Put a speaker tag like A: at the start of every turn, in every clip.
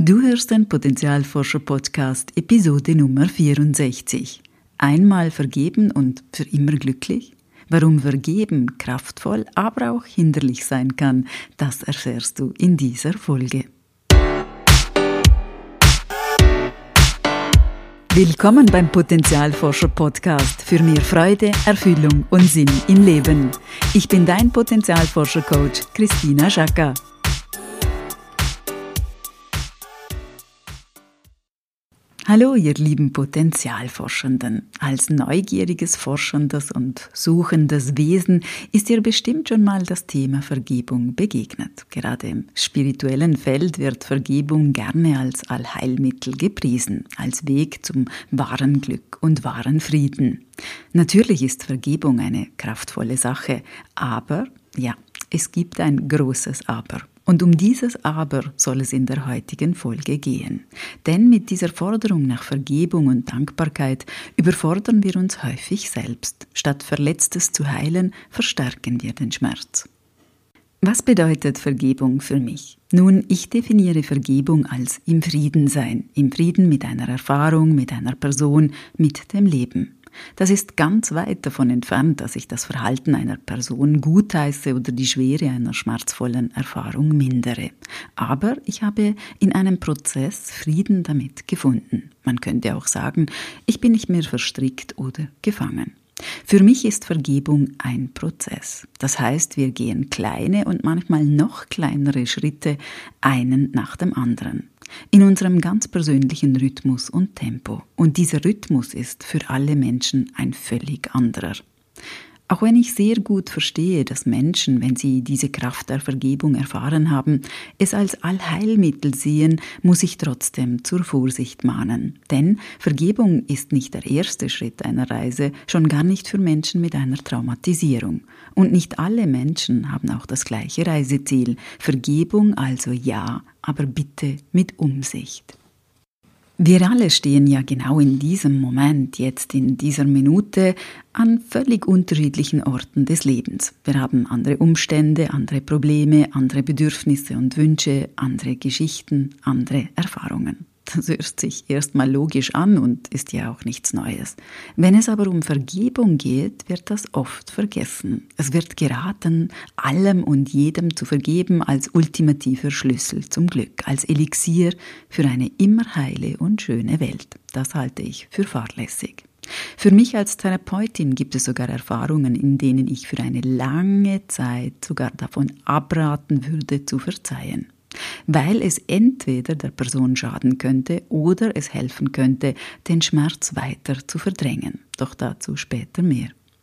A: Du hörst den Potenzialforscher-Podcast, Episode Nummer 64. Einmal vergeben und für immer glücklich? Warum Vergeben kraftvoll, aber auch hinderlich sein kann, das erfährst du in dieser Folge. Willkommen beim Potenzialforscher-Podcast für mehr Freude, Erfüllung und Sinn im Leben. Ich bin dein Potenzialforscher-Coach Christina Schaka. Hallo, ihr lieben Potenzialforschenden. Als neugieriges, forschendes und suchendes Wesen ist dir bestimmt schon mal das Thema Vergebung begegnet. Gerade im spirituellen Feld wird Vergebung gerne als Allheilmittel gepriesen, als Weg zum wahren Glück und wahren Frieden. Natürlich ist Vergebung eine kraftvolle Sache, aber ja, es gibt ein großes Aber. Und um dieses Aber soll es in der heutigen Folge gehen. Denn mit dieser Forderung nach Vergebung und Dankbarkeit überfordern wir uns häufig selbst. Statt Verletztes zu heilen, verstärken wir den Schmerz. Was bedeutet Vergebung für mich? Nun, ich definiere Vergebung als im Frieden sein. Im Frieden mit einer Erfahrung, mit einer Person, mit dem Leben. Das ist ganz weit davon entfernt, dass ich das Verhalten einer Person gutheiße oder die Schwere einer schmerzvollen Erfahrung mindere. Aber ich habe in einem Prozess Frieden damit gefunden. Man könnte auch sagen, ich bin nicht mehr verstrickt oder gefangen. Für mich ist Vergebung ein Prozess. Das heißt, wir gehen kleine und manchmal noch kleinere Schritte, einen nach dem anderen. In unserem ganz persönlichen Rhythmus und Tempo. Und dieser Rhythmus ist für alle Menschen ein völlig anderer. Auch wenn ich sehr gut verstehe, dass Menschen, wenn sie diese Kraft der Vergebung erfahren haben, es als Allheilmittel sehen, muss ich trotzdem zur Vorsicht mahnen. Denn Vergebung ist nicht der erste Schritt einer Reise, schon gar nicht für Menschen mit einer Traumatisierung. Und nicht alle Menschen haben auch das gleiche Reiseziel. Vergebung also ja, aber bitte mit Umsicht. Wir alle stehen ja genau in diesem Moment, jetzt in dieser Minute, an völlig unterschiedlichen Orten des Lebens. Wir haben andere Umstände, andere Probleme, andere Bedürfnisse und Wünsche, andere Geschichten, andere Erfahrungen. Das hört sich erstmal logisch an und ist ja auch nichts Neues. Wenn es aber um Vergebung geht, wird das oft vergessen. Es wird geraten, allem und jedem zu vergeben als ultimativer Schlüssel zum Glück, als Elixier für eine immer heile und schöne Welt. Das halte ich für fahrlässig. Für mich als Therapeutin gibt es sogar Erfahrungen, in denen ich für eine lange Zeit sogar davon abraten würde, zu verzeihen. Weil es entweder der Person schaden könnte oder es helfen könnte, den Schmerz weiter zu verdrängen. Doch dazu später mehr.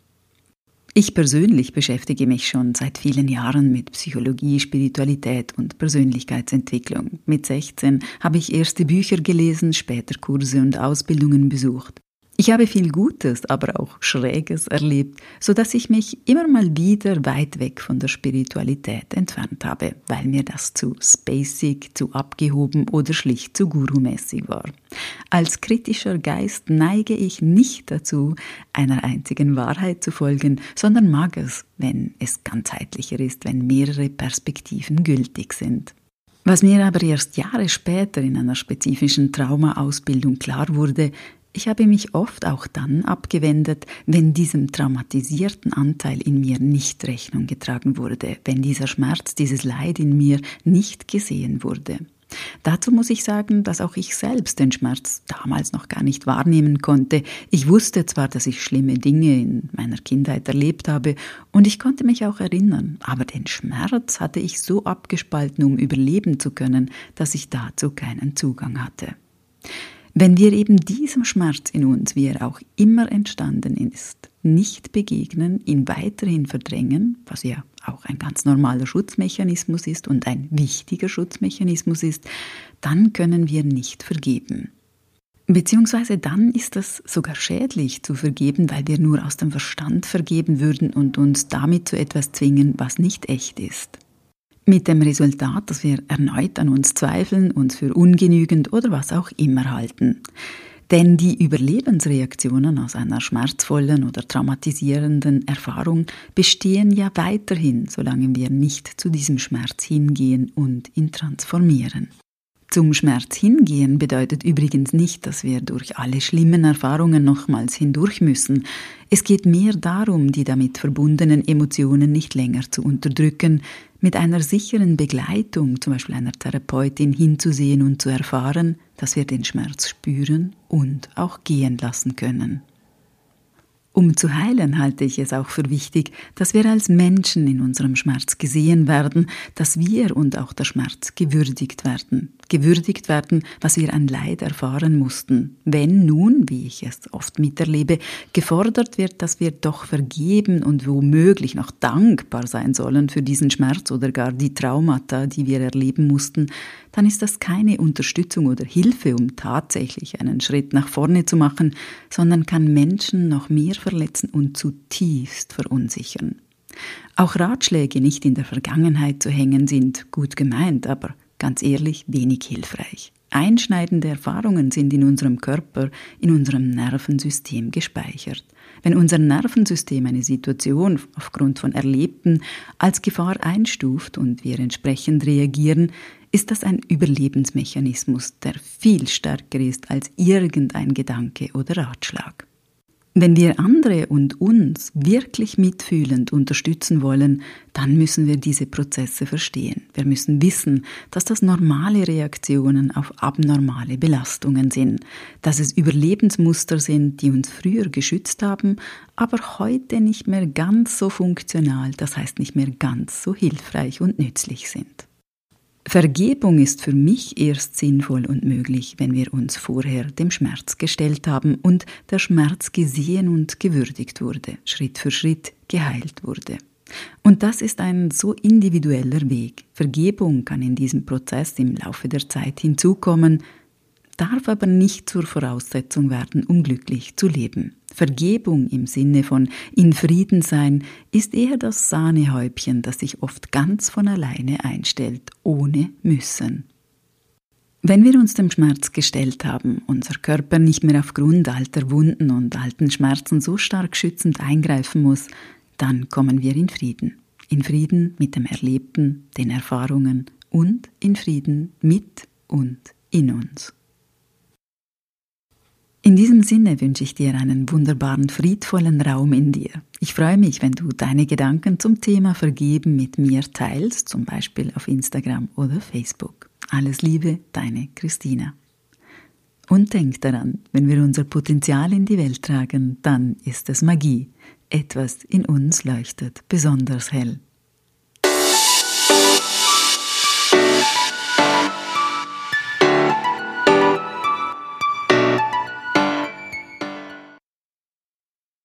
A: Ich persönlich beschäftige mich schon seit vielen Jahren mit Psychologie, Spiritualität und Persönlichkeitsentwicklung. Mit 16 habe ich erste Bücher gelesen, später Kurse und Ausbildungen besucht. Ich habe viel Gutes, aber auch Schräges erlebt, sodass ich mich immer mal wieder weit weg von der Spiritualität entfernt habe, weil mir das zu spacig, zu abgehoben oder schlicht zu gurumäßig war. Als kritischer Geist neige ich nicht dazu, einer einzigen Wahrheit zu folgen, sondern mag es, wenn es ganzheitlicher ist, wenn mehrere Perspektiven gültig sind. Was mir aber erst Jahre später in einer spezifischen Traumaausbildung klar wurde: Ich habe mich oft auch dann abgewendet, wenn diesem traumatisierten Anteil in mir nicht Rechnung getragen wurde, wenn dieser Schmerz, dieses Leid in mir nicht gesehen wurde. Dazu muss ich sagen, dass auch ich selbst den Schmerz damals noch gar nicht wahrnehmen konnte. Ich wusste zwar, dass ich schlimme Dinge in meiner Kindheit erlebt habe und ich konnte mich auch erinnern, aber den Schmerz hatte ich so abgespalten, um überleben zu können, dass ich dazu keinen Zugang hatte. Wenn wir eben diesem Schmerz in uns, wie er auch immer entstanden ist, nicht begegnen, ihn weiterhin verdrängen, was ja auch ein ganz normaler Schutzmechanismus ist und ein wichtiger Schutzmechanismus ist, dann können wir nicht vergeben. Beziehungsweise dann ist es sogar schädlich zu vergeben, weil wir nur aus dem Verstand vergeben würden und uns damit zu etwas zwingen, was nicht echt ist. Mit dem Resultat, dass wir erneut an uns zweifeln, uns für ungenügend oder was auch immer halten. Denn die Überlebensreaktionen aus einer schmerzvollen oder traumatisierenden Erfahrung bestehen ja weiterhin, solange wir nicht zu diesem Schmerz hingehen und ihn transformieren. Zum Schmerz hingehen bedeutet übrigens nicht, dass wir durch alle schlimmen Erfahrungen nochmals hindurch müssen. Es geht mehr darum, die damit verbundenen Emotionen nicht länger zu unterdrücken, mit einer sicheren Begleitung, zum Beispiel einer Therapeutin, hinzusehen und zu erfahren, dass wir den Schmerz spüren und auch gehen lassen können. Um zu heilen, halte ich es auch für wichtig, dass wir als Menschen in unserem Schmerz gesehen werden, dass wir und auch der Schmerz gewürdigt werden. Gewürdigt werden, was wir an Leid erfahren mussten. Wenn nun, wie ich es oft miterlebe, gefordert wird, dass wir doch vergeben und womöglich noch dankbar sein sollen für diesen Schmerz oder gar die Traumata, die wir erleben mussten, dann ist das keine Unterstützung oder Hilfe, um tatsächlich einen Schritt nach vorne zu machen, sondern kann Menschen noch mehr verletzen und zutiefst verunsichern. Auch Ratschläge, nicht in der Vergangenheit zu hängen, sind gut gemeint, aber ganz ehrlich wenig hilfreich. Einschneidende Erfahrungen sind in unserem Körper, in unserem Nervensystem gespeichert. Wenn unser Nervensystem eine Situation aufgrund von Erlebten als Gefahr einstuft und wir entsprechend reagieren, ist das ein Überlebensmechanismus, der viel stärker ist als irgendein Gedanke oder Ratschlag. Wenn wir andere und uns wirklich mitfühlend unterstützen wollen, dann müssen wir diese Prozesse verstehen. Wir müssen wissen, dass das normale Reaktionen auf abnormale Belastungen sind, dass es Überlebensmuster sind, die uns früher geschützt haben, aber heute nicht mehr ganz so funktional, das heißt nicht mehr ganz so hilfreich und nützlich sind. Vergebung ist für mich erst sinnvoll und möglich, wenn wir uns vorher dem Schmerz gestellt haben und der Schmerz gesehen und gewürdigt wurde, Schritt für Schritt geheilt wurde. Und das ist ein so individueller Weg. Vergebung kann in diesem Prozess im Laufe der Zeit hinzukommen, darf aber nicht zur Voraussetzung werden, um glücklich zu leben. Vergebung im Sinne von in Frieden sein ist eher das Sahnehäubchen, das sich oft ganz von alleine einstellt, ohne müssen. Wenn wir uns dem Schmerz gestellt haben, unser Körper nicht mehr aufgrund alter Wunden und alten Schmerzen so stark schützend eingreifen muss, dann kommen wir in Frieden. In Frieden mit dem Erlebten, den Erfahrungen und in Frieden mit und in uns. In diesem Sinne wünsche ich dir einen wunderbaren, friedvollen Raum in dir. Ich freue mich, wenn du deine Gedanken zum Thema Vergeben mit mir teilst, zum Beispiel auf Instagram oder Facebook. Alles Liebe, deine Christina. Und denk daran, wenn wir unser Potenzial in die Welt tragen, dann ist es Magie. Etwas in uns leuchtet besonders hell.